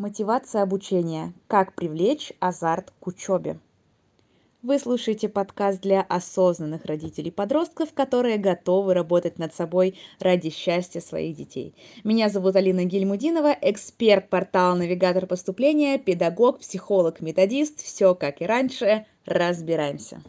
Мотивация обучения. Как привлечь азарт к учебе? Вы слушаете подкаст для осознанных родителей-подростков, которые готовы работать над собой ради счастья своих детей. Меня зовут Алина Гильмудинова, эксперт портала «Навигатор поступления», педагог, психолог, методист. Все как и раньше. Разбираемся.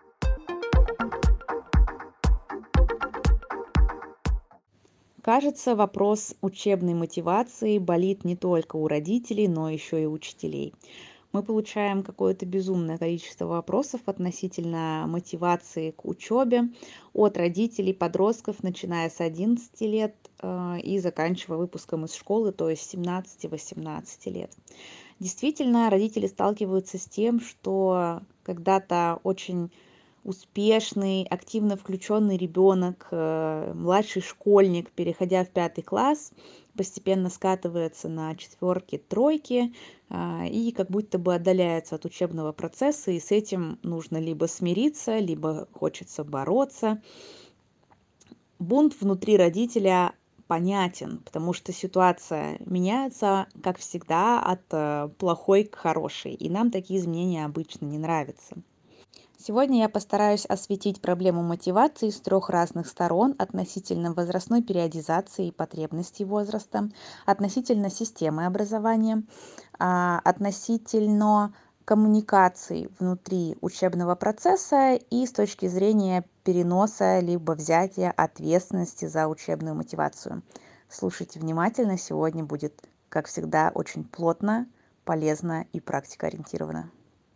Кажется, вопрос учебной мотивации болит не только у родителей, но еще и у учителей. Мы получаем какое-то безумное количество вопросов относительно мотивации к учебе от родителей, подростков, начиная с 11 лет и заканчивая выпуском из школы, то есть 17-18 лет. Действительно, родители сталкиваются с тем, что когда-то очень успешный, активно включенный ребенок, младший школьник, переходя в 5 класс, постепенно скатывается на четверки, тройки и как будто бы отдаляется от учебного процесса, и с этим нужно либо смириться, либо хочется бороться. Бунт внутри родителя понятен, потому что ситуация меняется, как всегда, от плохой к хорошей, и нам такие изменения обычно не нравятся. Сегодня я постараюсь осветить проблему мотивации с трех разных сторон: относительно возрастной периодизации и потребностей возраста, относительно системы образования, относительно коммуникаций внутри учебного процесса и с точки зрения переноса либо взятия ответственности за учебную мотивацию. Слушайте внимательно, сегодня будет, как всегда, очень плотно, полезно и практикоориентировано.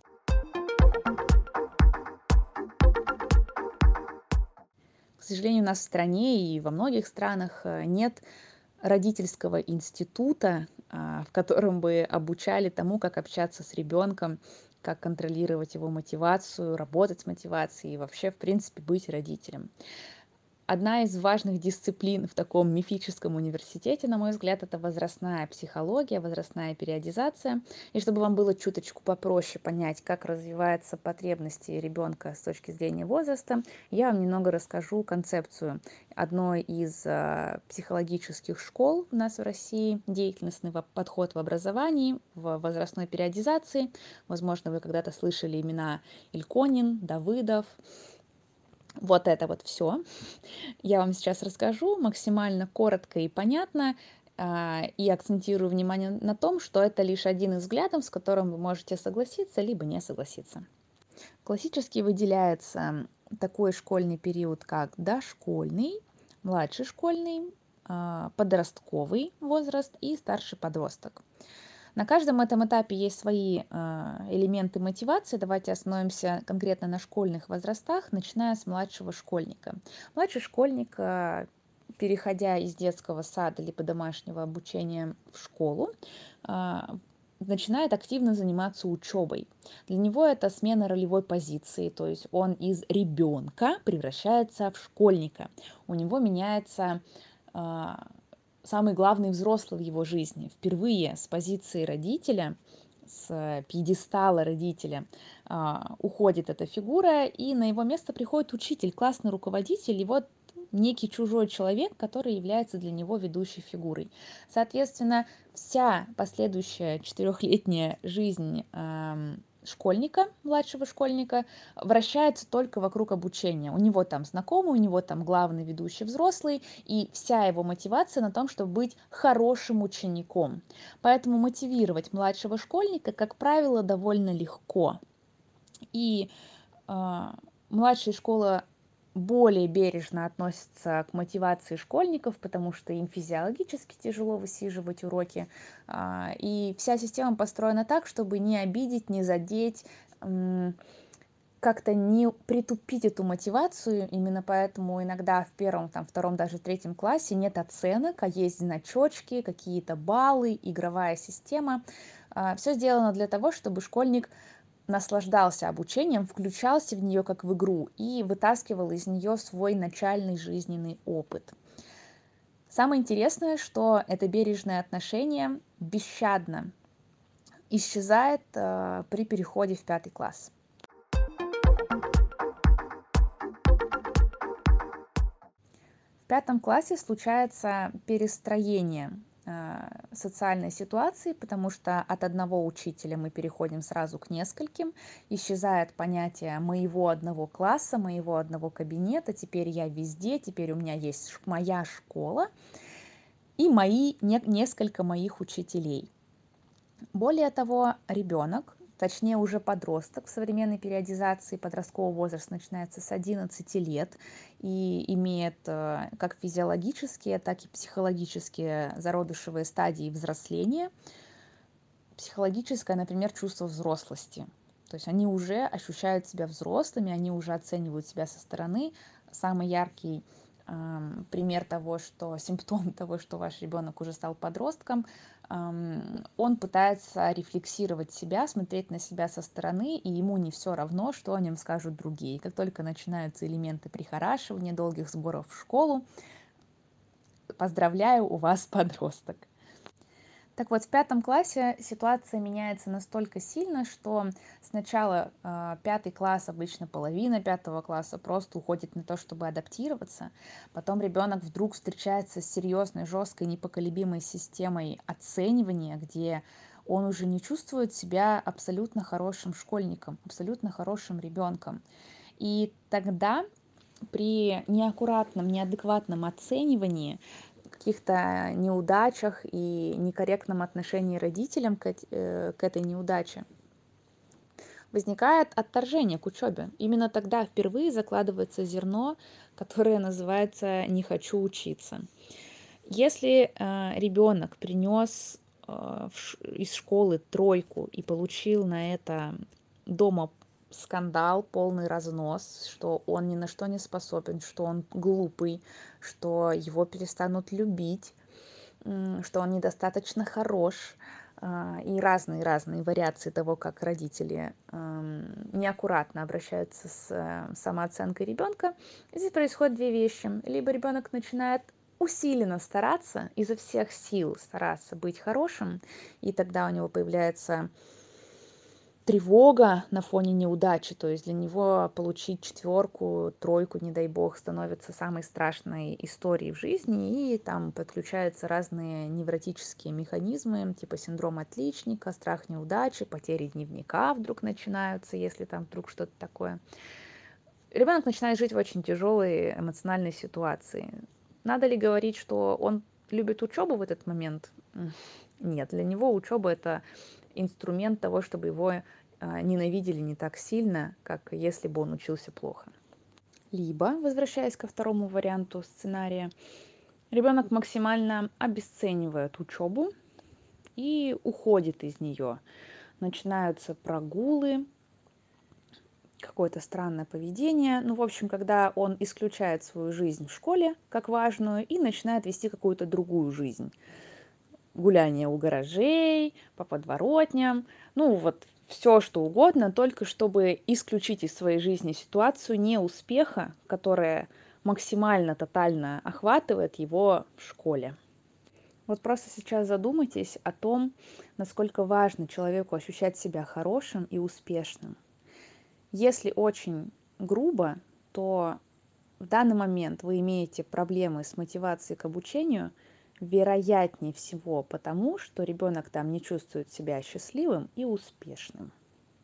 К сожалению, у нас в стране и во многих странах нет родительского института, в котором бы обучали тому, как общаться с ребенком, как контролировать его мотивацию, работать с мотивацией и вообще, в принципе, быть родителем. Одна из важных дисциплин в таком мифическом университете, на мой взгляд, это возрастная психология, возрастная периодизация. И чтобы вам было чуточку попроще понять, как развиваются потребности ребенка с точки зрения возраста, я вам немного расскажу концепцию одной из психологических школ у нас в России, деятельностный подход в образовании, в возрастной периодизации. Возможно, вы когда-то слышали имена Ильконин, Давыдов. Вот это вот все я вам сейчас расскажу максимально коротко и понятно, и акцентирую внимание на том, что это лишь один из взглядов, с которым вы можете согласиться либо не согласиться. Классически выделяется такой школьный период, как дошкольный, младший школьный, подростковый возраст и старший подросток. На каждом этом этапе есть свои элементы мотивации. Давайте остановимся конкретно на школьных возрастах, начиная с младшего школьника. Младший школьник, переходя из детского сада либо домашнего обучения в школу, начинает активно заниматься учебой. Для него это смена ролевой позиции, то есть он из ребенка превращается в школьника. У него меняется самый главный взрослый в его жизни. Впервые с позиции родителя, с пьедестала родителя уходит эта фигура, и на его место приходит учитель, классный руководитель, и вот некий чужой человек, который является для него ведущей фигурой. Соответственно, вся последующая четырехлетняя жизнь школьника, младшего школьника, вращается только вокруг обучения. У него там знакомый, у него там главный ведущий взрослый, и вся его мотивация на том, чтобы быть хорошим учеником. Поэтому мотивировать младшего школьника, как правило, довольно легко. И младшая школа более бережно относится к мотивации школьников, потому что им физиологически тяжело высиживать уроки. И вся система построена так, чтобы не обидеть, не задеть, как-то не притупить эту мотивацию. Именно поэтому иногда в первом, там, втором, даже третьем классе нет оценок, а есть значочки, какие-то баллы, игровая система. Все сделано для того, чтобы школьник наслаждался обучением, включался в нее как в игру и вытаскивал из нее свой начальный жизненный опыт. Самое интересное, что это бережное отношение бесщадно исчезает при переходе в 5 класс. В 5 классе случается перестроение социальной ситуации, потому что от одного учителя мы переходим сразу к нескольким, исчезает понятие моего одного класса, моего одного кабинета, теперь я везде, теперь у меня есть моя школа и несколько моих учителей. Более того, ребенок, точнее уже подросток в современной периодизации, подростковый возраст начинается с 11 лет и имеет как физиологические, так и психологические зародышевые стадии взросления. Психологическое, например, чувство взрослости. То есть они уже ощущают себя взрослыми, они уже оценивают себя со стороны. Самый яркий пример того, что симптом того, что ваш ребенок уже стал подростком, он пытается рефлексировать себя, смотреть на себя со стороны, и ему не все равно, что о нем скажут другие. Как только начинаются элементы прихорашивания, долгих сборов в школу, поздравляю, у вас подросток. Так вот, в 5 классе ситуация меняется настолько сильно, что сначала 5 класс, обычно половина 5 класса, просто уходит на то, чтобы адаптироваться. Потом ребенок вдруг встречается с серьезной, жесткой, непоколебимой системой оценивания, где он уже не чувствует себя абсолютно хорошим школьником, абсолютно хорошим ребенком. И тогда при неаккуратном, неадекватном оценивании, каких-то неудачах и некорректном отношении родителям к этой неудаче, возникает отторжение к учебе. Именно тогда впервые закладывается зерно, которое называется «не хочу учиться». Если ребенок принес из школы тройку и получил на это дома скандал, полный разнос, что он ни на что не способен, что он глупый, что его перестанут любить, что он недостаточно хорош, и разные вариации того, как родители неаккуратно обращаются с самооценкой ребенка. Здесь происходят две вещи. Либо ребенок начинает усиленно стараться, изо всех сил стараться быть хорошим, и тогда у него появляется тревога на фоне неудачи, то есть для него получить 4, 3, не дай бог, становится самой страшной историей в жизни, и там подключаются разные невротические механизмы, типа синдром отличника, страх неудачи, потери дневника вдруг начинаются, если там вдруг что-то такое. Ребенок начинает жить в очень тяжелой эмоциональной ситуации. Надо ли говорить, что он любит учебу в этот момент? Нет, для него учеба — это инструмент того, чтобы его ненавидели не так сильно, как если бы он учился плохо. Либо, возвращаясь ко второму варианту сценария, ребенок максимально обесценивает учебу и уходит из нее. Начинаются прогулы, какое-то странное поведение. Ну, в общем, когда он исключает свою жизнь в школе как важную и начинает вести какую-то другую жизнь. Гуляние у гаражей, по подворотням, ну вот все что угодно, только чтобы исключить из своей жизни ситуацию неуспеха, которая максимально тотально охватывает его в школе. Вот просто сейчас задумайтесь о том, насколько важно человеку ощущать себя хорошим и успешным. Если очень грубо, то в данный момент вы имеете проблемы с мотивацией к обучению, вероятнее всего потому, что ребенок там не чувствует себя счастливым и успешным.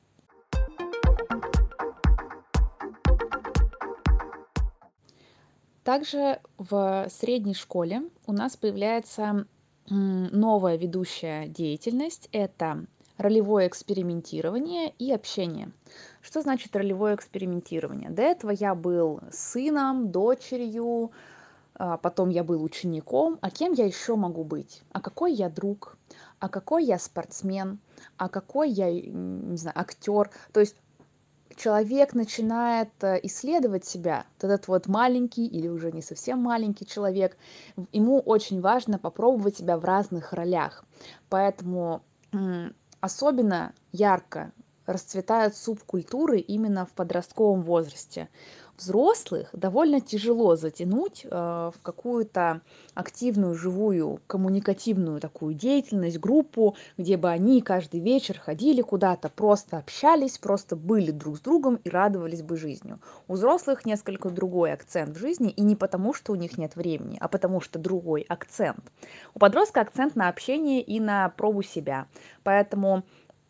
Также в средней школе у нас появляется новая ведущая деятельность. Это ролевое экспериментирование и общение. Что значит ролевое экспериментирование? До этого я был сыном, дочерью, потом я был учеником. А кем я еще могу быть? А какой я друг? А какой я спортсмен? А какой я, не знаю, актер? То есть человек начинает исследовать себя, вот этот вот маленький или уже не совсем маленький человек, ему очень важно попробовать себя в разных ролях. Поэтому особенно ярко расцветают субкультуры именно в подростковом возрасте. Взрослых довольно тяжело затянуть в какую-то активную, живую, коммуникативную такую деятельность, группу, где бы они каждый вечер ходили куда-то, просто общались, просто были друг с другом и радовались бы жизнью. У взрослых несколько другой акцент в жизни, и не потому, что у них нет времени, а потому что другой акцент. У подростка акцент на общение и на пробу себя. Поэтому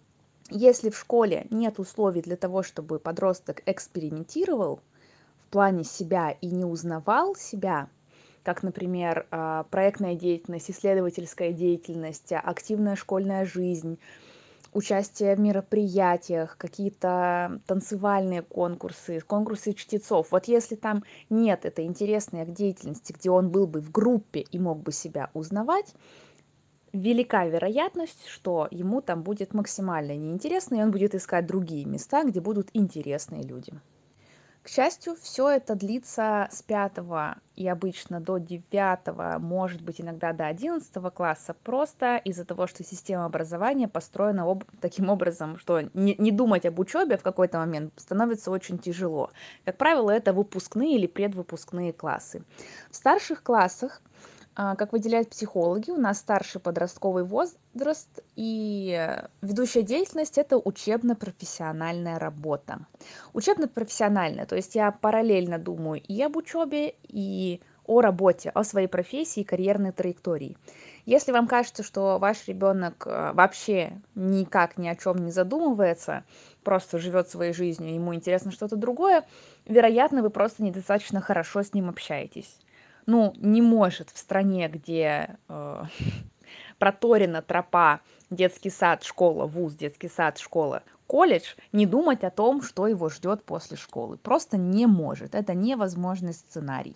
если в школе нет условий для того, чтобы подросток экспериментировал в плане себя и не узнавал себя, как, например, проектная деятельность, исследовательская деятельность, активная школьная жизнь, участие в мероприятиях, какие-то танцевальные конкурсы, конкурсы чтецов. Вот если там нет этой интересной деятельности, где он был бы в группе и мог бы себя узнавать, велика вероятность, что ему там будет максимально неинтересно, и он будет искать другие места, где будут интересные люди. К счастью, все это длится с пятого и обычно до девятого, может быть, иногда до 11 класса, просто из-за того, что система образования построена таким образом, что не думать об учебе в какой-то момент становится очень тяжело. Как правило, это выпускные или предвыпускные классы. В старших классах, как выделяют психологи, у нас старший подростковый возраст, и ведущая деятельность – это учебно-профессиональная работа. Учебно-профессиональная, то есть я параллельно думаю и об учебе, и о работе, о своей профессии и карьерной траектории. Если вам кажется, что ваш ребенок вообще никак ни о чем не задумывается, просто живет своей жизнью, ему интересно что-то другое, вероятно, вы просто недостаточно хорошо с ним общаетесь. Ну, не может в стране, где проторена тропа детский сад, школа, вуз, детский сад, школа, колледж, не думать о том, что его ждет после школы. Просто не может. Это невозможный сценарий.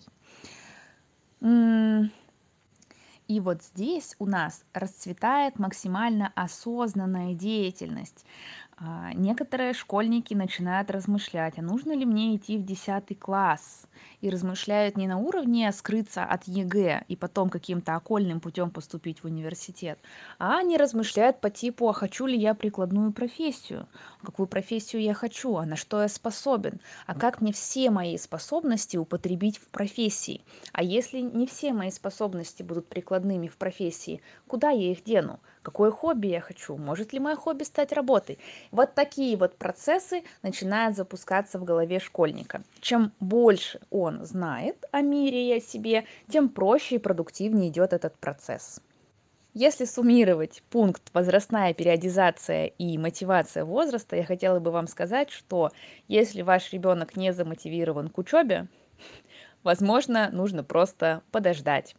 И вот здесь у нас расцветает максимально осознанная деятельность. Некоторые школьники начинают размышлять, а нужно ли мне идти в 10 класс? И размышляют не на уровне скрыться от ЕГЭ и потом каким-то окольным путем поступить в университет, а они размышляют по типу, а хочу ли я прикладную профессию? Какую профессию я хочу? А на что я способен? А как мне все мои способности употребить в профессии? А если не все мои способности будут прикладными в профессии, куда я их дену? Какое хобби я хочу? Может ли мое хобби стать работой? Вот такие вот процессы начинают запускаться в голове школьника. Чем больше он знает о мире и о себе, тем проще и продуктивнее идет этот процесс. Если суммировать пункт возрастная периодизация и мотивация возраста, я хотела бы вам сказать, что если ваш ребенок не замотивирован к учебе, возможно, нужно просто подождать.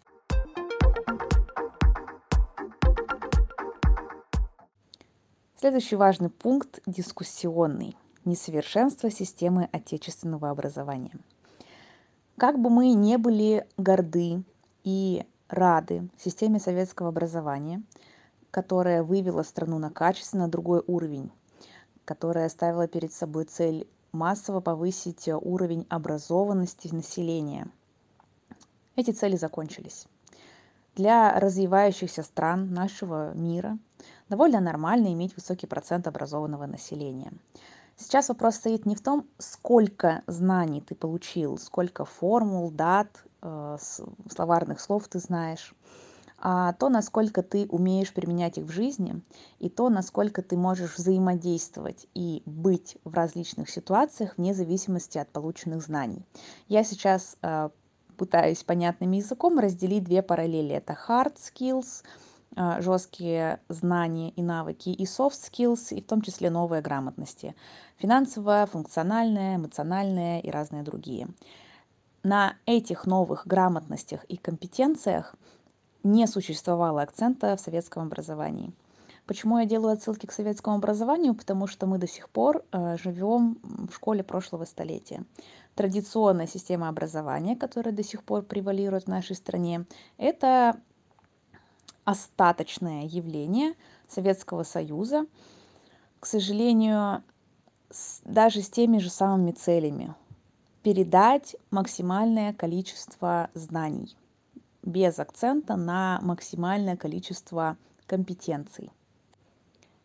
Следующий важный пункт – дискуссионный. Несовершенство системы отечественного образования. Как бы мы не были горды и рады системе советского образования, которая вывела страну на качественно другой уровень, которая ставила перед собой цель массово повысить уровень образованности населения, эти цели закончились. Для развивающихся стран нашего мира довольно нормально иметь высокий процент образованного населения. Сейчас вопрос стоит не в том, сколько знаний ты получил, сколько формул, дат, словарных слов ты знаешь, а то, насколько ты умеешь применять их в жизни, и то, насколько ты можешь взаимодействовать и быть в различных ситуациях вне зависимости от полученных знаний. Я сейчас пытаюсь понятным языком разделить две параллели. Это hard skills, жесткие знания и навыки, и soft skills, и в том числе новые грамотности. Финансовая, функциональная, эмоциональная и разные другие. На этих новых грамотностях и компетенциях не существовало акцента в советском образовании. Почему я делаю отсылки к советскому образованию? Потому что мы до сих пор живем в школе прошлого столетия. Традиционная система образования, которая до сих пор превалирует в нашей стране, это остаточное явление Советского Союза, к сожалению, даже с теми же самыми целями – передать максимальное количество знаний, без акцента на максимальное количество компетенций.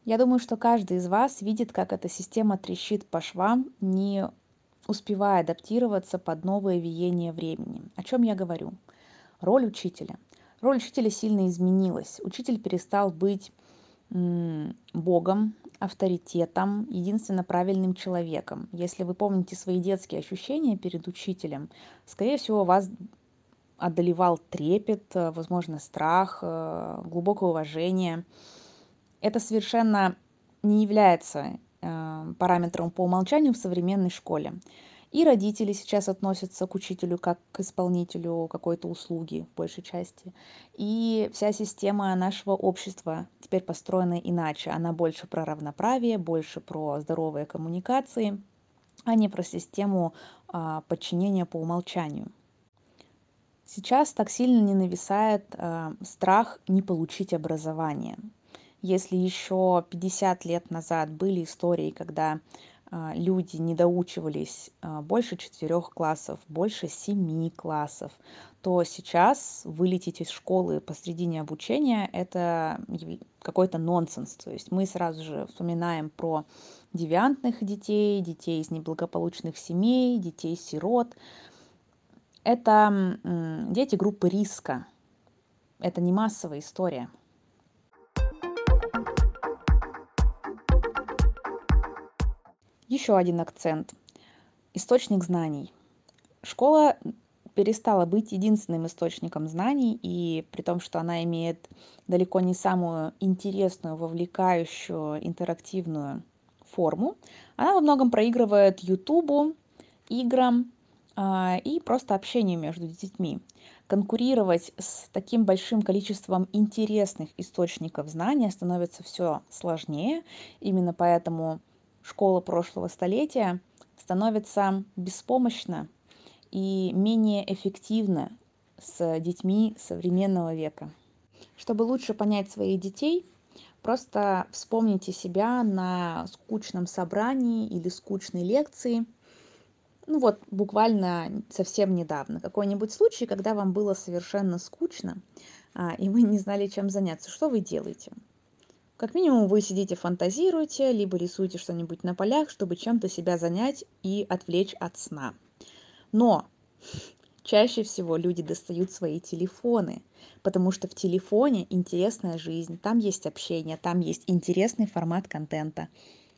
Я думаю, что каждый из вас видит, как эта система трещит по швам, не успевая адаптироваться под новое веяние времени. О чем я говорю? Роль учителя. Роль учителя сильно изменилась. Учитель перестал быть богом, авторитетом, единственно правильным человеком. Если вы помните свои детские ощущения перед учителем, скорее всего, вас одолевал трепет, возможно, страх, глубокое уважение. Это совершенно не является параметром по умолчанию в современной школе. И родители сейчас относятся к учителю как к исполнителю какой-то услуги в большей части. И вся система нашего общества теперь построена иначе. Она больше про равноправие, больше про здоровые коммуникации, а не про систему подчинения по умолчанию. Сейчас так сильно не нависает страх не получить образование. Если еще 50 лет назад были истории, когда люди не доучивались больше 4 классов, больше 7 классов, то сейчас вылететь из школы посредине обучения — это какой-то нонсенс. То есть мы сразу же вспоминаем про девиантных детей, детей из неблагополучных семей, детей-сирот. Это дети группы риска. Это не массовая история. Еще один акцент. Источник знаний. Школа перестала быть единственным источником знаний, и при том, что она имеет далеко не самую интересную, вовлекающую, интерактивную форму, она во многом проигрывает Ютубу, играм и просто общению между детьми. Конкурировать с таким большим количеством интересных источников знания становится все сложнее. Именно поэтому школа прошлого столетия становится беспомощна и менее эффективна с детьми современного века. Чтобы лучше понять своих детей, просто вспомните себя на скучном собрании или скучной лекции. Ну вот, буквально совсем недавно. Какой-нибудь случай, когда вам было совершенно скучно, и вы не знали, чем заняться. Что вы делаете? Как минимум, вы сидите, фантазируете, либо рисуете что-нибудь на полях, чтобы чем-то себя занять и отвлечь от сна. Но чаще всего люди достают свои телефоны, потому что в телефоне интересная жизнь, там есть общение, там есть интересный формат контента.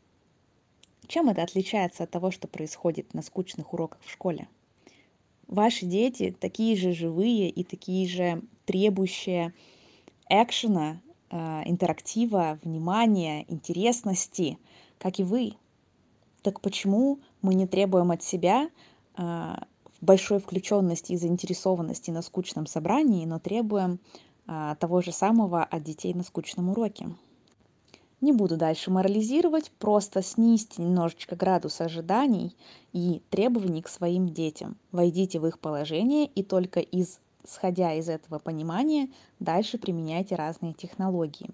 Чем это отличается от того, что происходит на скучных уроках в школе? Ваши дети такие же живые и такие же требующие экшена, интерактива, внимания, интересности, как и вы. Так почему мы не требуем от себя большой включенности и заинтересованности на скучном собрании, но требуем того же самого от детей на скучном уроке? Не буду дальше морализировать, просто снизьте немножечко градус ожиданий и требований к своим детям. Войдите в их положение и только исходя из этого понимания, дальше применяйте разные технологии.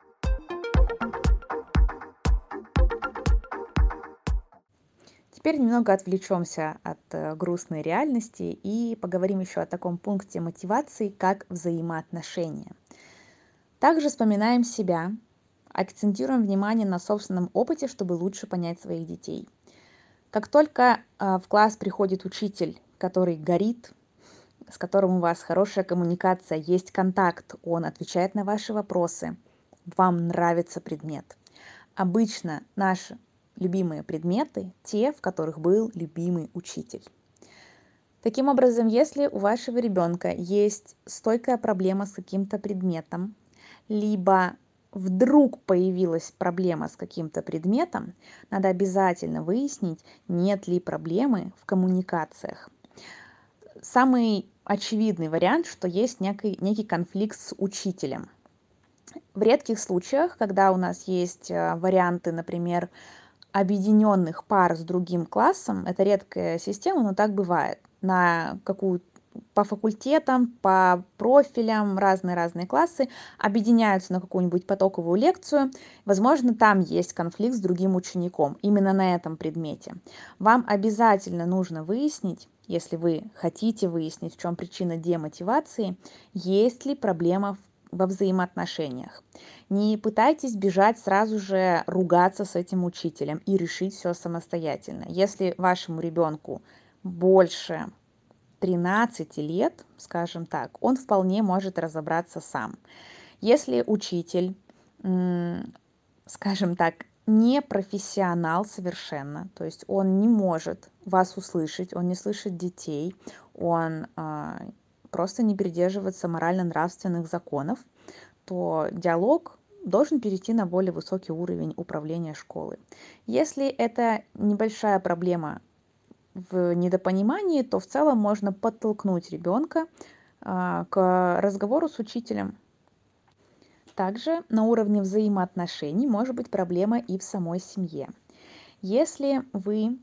Теперь немного отвлечемся от грустной реальности и поговорим еще о таком пункте мотивации, как взаимоотношения. Также вспоминаем себя, акцентируем внимание на собственном опыте, чтобы лучше понять своих детей. Как только в класс приходит учитель, который горит, с которым у вас хорошая коммуникация, есть контакт, он отвечает на ваши вопросы, вам нравится предмет. Обычно наши любимые предметы те, в которых был любимый учитель. Таким образом, если у вашего ребенка есть стойкая проблема с каким-то предметом, либо вдруг появилась проблема с каким-то предметом, надо обязательно выяснить, нет ли проблемы в коммуникациях. Самый очевидный вариант, что есть некий конфликт с учителем. В редких случаях, когда у нас есть варианты, например, объединенных пар с другим классом, это редкая система, но так бывает, по факультетам, по профилям, разные-разные классы объединяются на какую-нибудь потоковую лекцию. Возможно, там есть конфликт с другим учеником, именно на этом предмете. Вам обязательно нужно выяснить, если вы хотите выяснить, в чем причина демотивации, есть ли проблема во взаимоотношениях. Не пытайтесь бежать сразу же ругаться с этим учителем и решить все самостоятельно. Если вашему ребенку больше 13 лет, скажем так, он вполне может разобраться сам. Если учитель, скажем так, не профессионал совершенно, то есть он не может вас услышать, он не слышит детей, он просто не придерживается морально-нравственных законов, то диалог должен перейти на более высокий уровень управления школы. Если это небольшая проблема в недопонимании, то в целом можно подтолкнуть ребенка к разговору с учителем. Также на уровне взаимоотношений может быть проблема и в самой семье. Если вы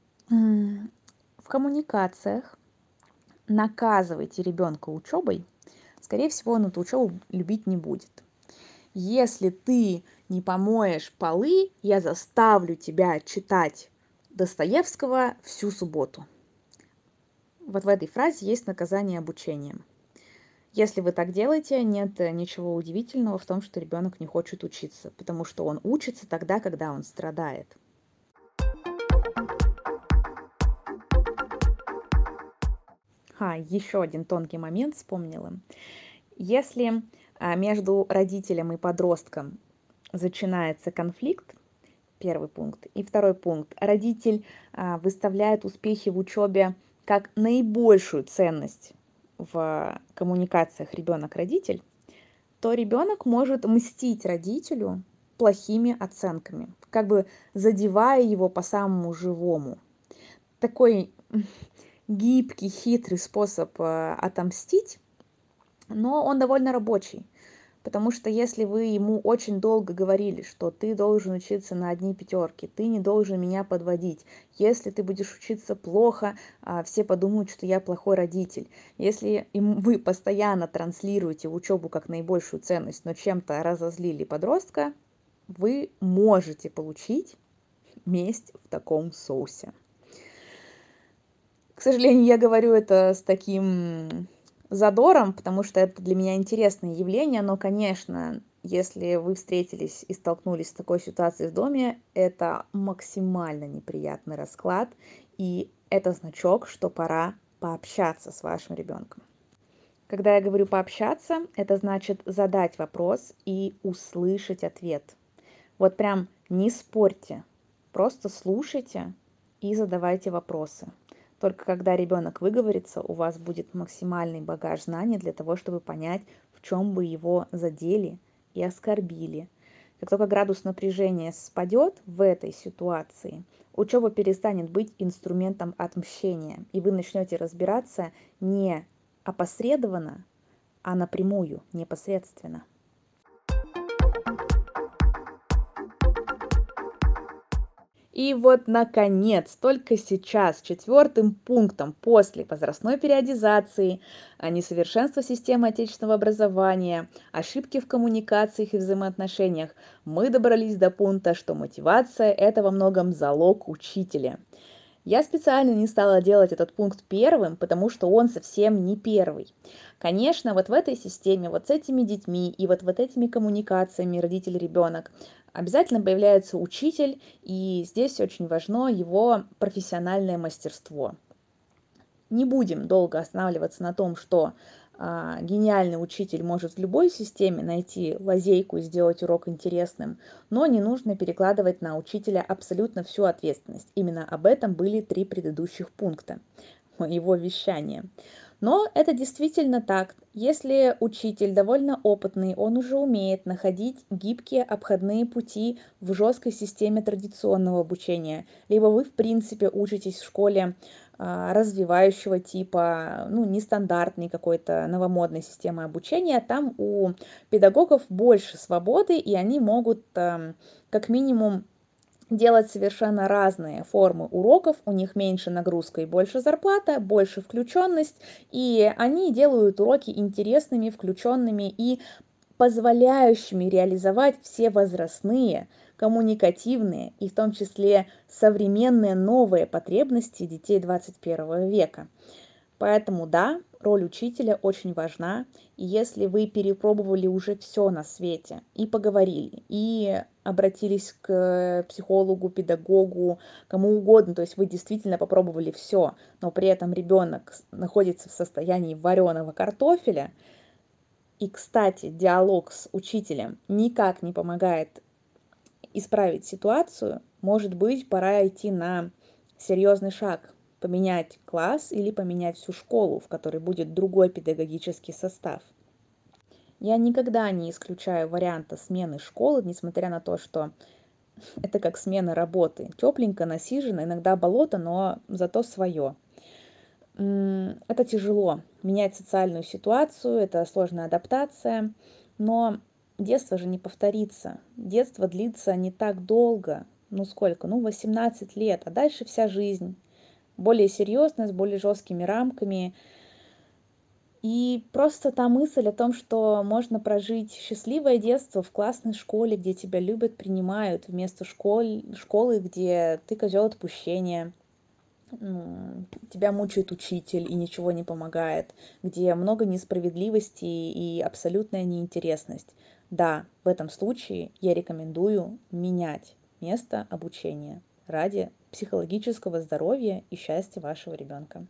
в коммуникациях наказываете ребенка учебой, скорее всего, он эту учебу любить не будет. Если ты не помоешь полы, я заставлю тебя читать Достоевского всю субботу. Вот в этой фразе есть наказание обучением. Если вы так делаете, нет ничего удивительного в том, что ребенок не хочет учиться, потому что он учится тогда, когда он страдает. Еще один тонкий момент вспомнила. Если между родителем и подростком начинается конфликт, первый пункт, и второй пункт, родитель выставляет успехи в учебе как наибольшую ценность в коммуникациях ребенок-родитель, то ребенок может мстить родителю плохими оценками, как бы задевая его по самому живому. Такой гибкий, хитрый способ отомстить, но он довольно рабочий. Потому что если вы ему очень долго говорили, что ты должен учиться на одни пятерки, ты не должен меня подводить, если ты будешь учиться плохо, все подумают, что я плохой родитель. Если вы постоянно транслируете учебу как наибольшую ценность, но чем-то разозлили подростка, вы можете получить месть в таком соусе. К сожалению, я говорю это с таким задором, потому что это для меня интересное явление, но, конечно, если вы встретились и столкнулись с такой ситуацией в доме, это максимально неприятный расклад, и это значок, что пора пообщаться с вашим ребенком. Когда я говорю пообщаться, это значит задать вопрос и услышать ответ. Вот прям не спорьте, просто слушайте и задавайте вопросы. Только когда ребенок выговорится, у вас будет максимальный багаж знаний для того, чтобы понять, в чем бы его задели и оскорбили. Как только градус напряжения спадет в этой ситуации, учеба перестанет быть инструментом отмщения, и вы начнете разбираться не опосредованно, а напрямую, непосредственно. И вот, наконец, только сейчас, четвертым пунктом после возрастной периодизации, несовершенства системы отечественного образования, ошибки в коммуникациях и взаимоотношениях, мы добрались до пункта, что мотивация– это во многом залог учителя. Я специально не стала делать этот пункт первым, потому что он совсем не первый. Конечно, вот в этой системе, вот с этими детьми и вот этими коммуникациями родитель-ребенок обязательно появляется учитель, и здесь очень важно его профессиональное мастерство. Не будем долго останавливаться на том, что гениальный учитель может в любой системе найти лазейку и сделать урок интересным, но не нужно перекладывать на учителя абсолютно всю ответственность. Именно об этом были 3 предыдущих пункта моего вещания. Но это действительно так. Если учитель довольно опытный, он уже умеет находить гибкие обходные пути в жесткой системе традиционного обучения, либо вы, в принципе, учитесь в школе развивающего типа, ну, нестандартной какой-то новомодной системы обучения, там у педагогов больше свободы, и они могут как минимум делать совершенно разные формы уроков, у них меньше нагрузка и больше зарплата, больше включенность, и они делают уроки интересными, включенными и позволяющими реализовать все возрастные, коммуникативные и в том числе современные новые потребности детей 21 века. Поэтому да, Роль учителя очень важна, и если вы перепробовали уже все на свете, и поговорили, и обратились к психологу, педагогу, кому угодно, то есть вы действительно попробовали все, но при этом ребенок находится в состоянии вареного картофеля, и, кстати, диалог с учителем никак не помогает исправить ситуацию, может быть, пора идти на серьезный шаг, поменять класс или поменять всю школу, в которой будет другой педагогический состав. Я никогда не исключаю варианта смены школы, несмотря на то, что это как смена работы. Тепленько, насиженно, иногда болото, но зато свое. Это тяжело, менять социальную ситуацию, это сложная адаптация, но детство же не повторится. Детство длится не так долго, ну сколько, ну 18 лет, а дальше вся жизнь. Более серьезная, с более жесткими рамками. И просто та мысль о том, что можно прожить счастливое детство в классной школе, где тебя любят, принимают, вместо школы, где ты козел отпущения, тебя мучает учитель и ничего не помогает, где много несправедливости и абсолютная неинтересность. Да, в этом случае я рекомендую менять место обучения ради психологического здоровья и счастья вашего ребенка.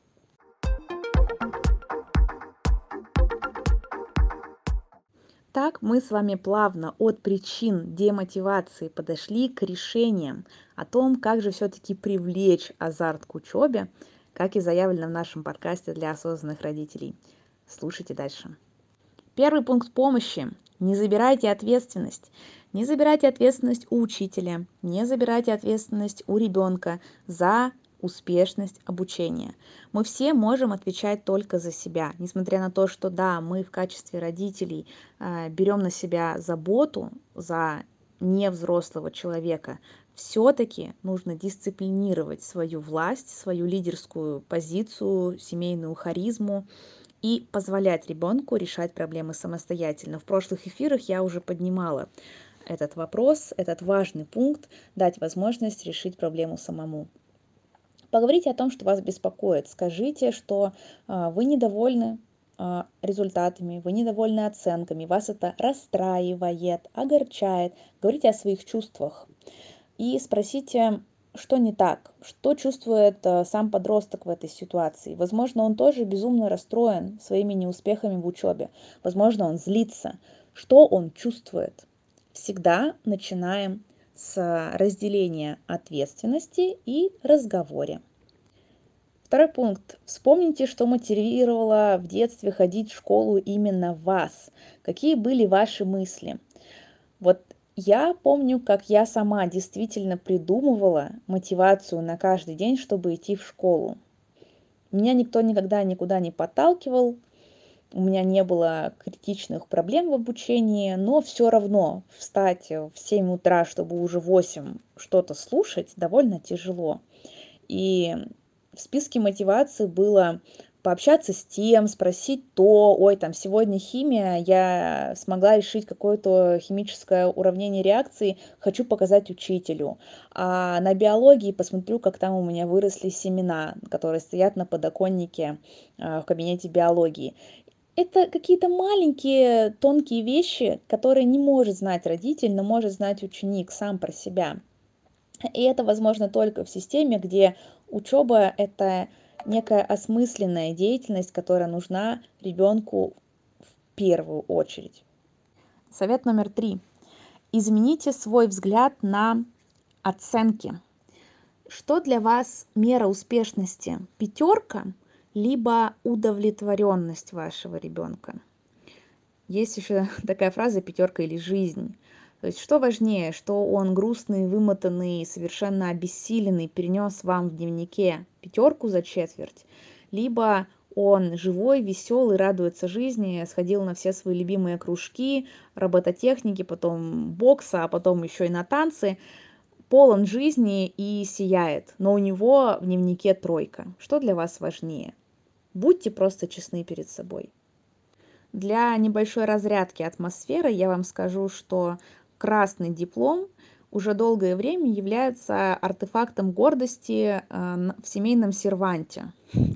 Так мы с вами плавно от причин демотивации подошли к решениям о том, как же все-таки привлечь азарт к учебе, как и заявлено в нашем подкасте для осознанных родителей. Слушайте дальше. Первый пункт помощи. Не забирайте ответственность. Не забирайте ответственность у учителя, не забирайте ответственность у ребенка за успешность обучения. Мы все можем отвечать только за себя, несмотря на то, что да, мы в качестве родителей берем на себя заботу за невзрослого человека, все-таки нужно дисциплинировать свою власть, свою лидерскую позицию, семейную харизму, и позволять ребенку решать проблемы самостоятельно. В прошлых эфирах я уже поднимала этот вопрос, этот важный пункт, дать возможность решить проблему самому. Поговорите о том, что вас беспокоит. Скажите, что вы недовольны результатами, вы недовольны оценками, вас это расстраивает, огорчает. Говорите о своих чувствах и спросите, что не так, что чувствует сам подросток в этой ситуации. Возможно, он тоже безумно расстроен своими неуспехами в учебе. Возможно, он злится. Что он чувствует? Всегда начинаем с разделения ответственности и разговоре. Второй пункт. Вспомните, что мотивировало в детстве ходить в школу именно вас. Какие были ваши мысли? Вот я помню, как я сама действительно придумывала мотивацию на каждый день, чтобы идти в школу. Меня никто никогда никуда не подталкивал, у меня не было критичных проблем в обучении, но все равно встать в 7 утра, чтобы уже в 8 что-то слушать, довольно тяжело. И в списке мотивации было пообщаться с тем, спросить то, ой, там сегодня химия, я смогла решить какое-то химическое уравнение реакции, хочу показать учителю. А на биологии посмотрю, как там у меня выросли семена, которые стоят на подоконнике в кабинете биологии. Это какие-то маленькие тонкие вещи, которые не может знать родитель, но может знать ученик сам про себя. И это возможно только в системе, где учеба– это некая осмысленная деятельность, которая нужна ребенку в первую очередь. Совет номер 3. Измените свой взгляд на оценки. Что для вас мера успешности? Пятерка, либо удовлетворенность вашего ребенка? Есть еще такая фраза «пятерка или жизнь». То есть что важнее, что он грустный, вымотанный, совершенно обессиленный перенес вам в дневнике пятерку за четверть, либо он живой, веселый, радуется жизни, сходил на все свои любимые кружки, робототехники, потом бокса, а потом еще и на танцы, полон жизни и сияет, но у него в дневнике тройка. Что для вас важнее? Будьте просто честны перед собой. Для небольшой разрядки атмосферы я вам скажу, что красный диплом уже долгое время является артефактом гордости в семейном серванте. В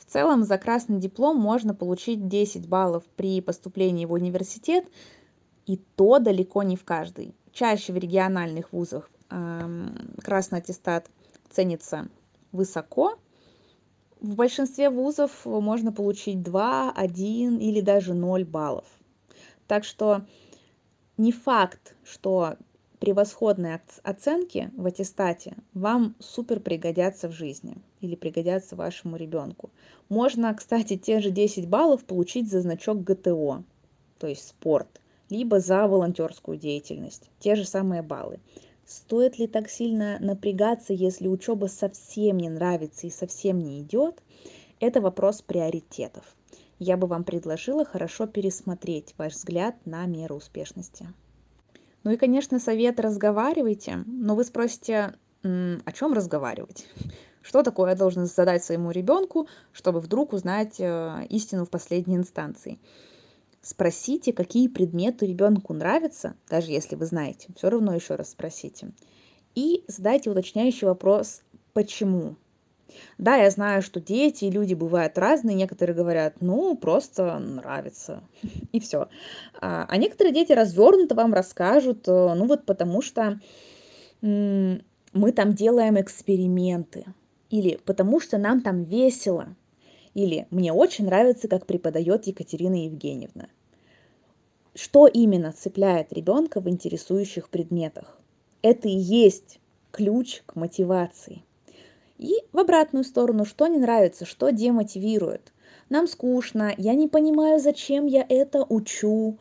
В целом за красный диплом можно получить 10 баллов при поступлении в университет, и то далеко не в каждый. Чаще в региональных вузах красный аттестат ценится высоко. В большинстве вузов можно получить 2, 1 или даже 0 баллов. Так что не факт, что превосходные оценки в аттестате вам супер пригодятся в жизни или пригодятся вашему ребенку. Можно, кстати, те же 10 баллов получить за значок ГТО, то есть спорт, либо за волонтерскую деятельность, те же самые баллы. Стоит ли так сильно напрягаться, если учеба совсем не нравится и совсем не идет? Это вопрос приоритетов. Я бы вам предложила хорошо пересмотреть ваш взгляд на меру успешности. Ну и, конечно, совет: разговаривайте. Но вы спросите, о чем разговаривать? Что такое я должен задать своему ребенку, чтобы вдруг узнать истину в последней инстанции? Спросите, какие предметы ребенку нравятся, даже если вы знаете, все равно еще раз спросите. И задайте уточняющий вопрос «почему?». Да, я знаю, что дети и люди бывают разные. Некоторые говорят, ну, просто нравится, и все. А некоторые дети развернуто вам расскажут, ну вот потому что мы там делаем эксперименты, или потому что нам там весело, или мне очень нравится, как преподает Екатерина Евгеньевна. Что именно цепляет ребенка в интересующих предметах? Это и есть ключ к мотивации. И в обратную сторону, что не нравится, что демотивирует. Нам скучно, я не понимаю, зачем я это учу,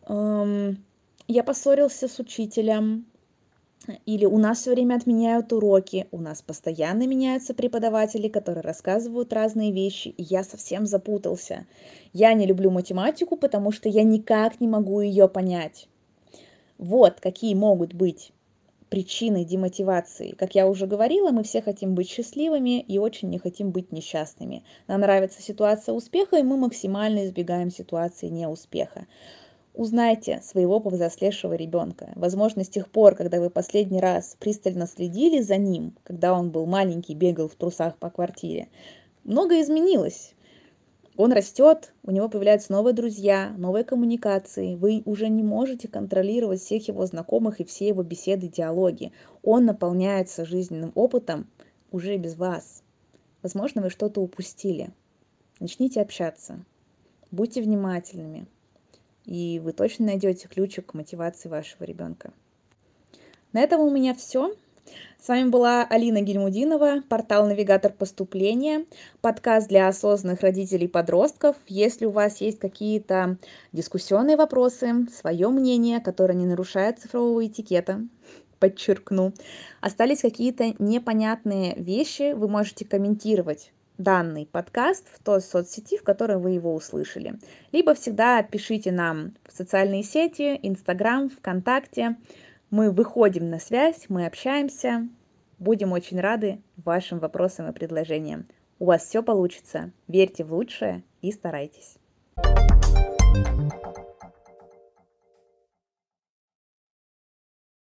я поссорился с учителем, или у нас все время отменяют уроки, у нас постоянно меняются преподаватели, которые рассказывают разные вещи, и я совсем запутался. Я не люблю математику, потому что я никак не могу ее понять. Вот какие могут быть причины демотивации. Как я уже говорила, мы все хотим быть счастливыми и очень не хотим быть несчастными. Нам нравится ситуация успеха, и мы максимально избегаем ситуации неуспеха. Узнайте своего повзрослевшего ребенка. Возможно, с тех пор, когда вы последний раз пристально следили за ним, когда он был маленький, бегал в трусах по квартире, многое изменилось. Он растет, у него появляются новые друзья, новые коммуникации. Вы уже не можете контролировать всех его знакомых и все его беседы, диалоги. Он наполняется жизненным опытом уже без вас. Возможно, вы что-то упустили. Начните общаться, будьте внимательными, и вы точно найдете ключик к мотивации вашего ребенка. На этом у меня все. С вами была Алина Гильмудинова, портал «Навигатор поступления», подкаст для осознанных родителей и подростков. Если у вас есть какие-то дискуссионные вопросы, свое мнение, которое не нарушает цифрового этикета, подчеркну, остались какие-то непонятные вещи, вы можете комментировать данный подкаст в той соцсети, в которой вы его услышали. Либо всегда пишите нам в социальные сети, Инстаграм, ВКонтакте. Мы выходим на связь, мы общаемся. Будем очень рады вашим вопросам и предложениям. У вас все получится. Верьте в лучшее и старайтесь.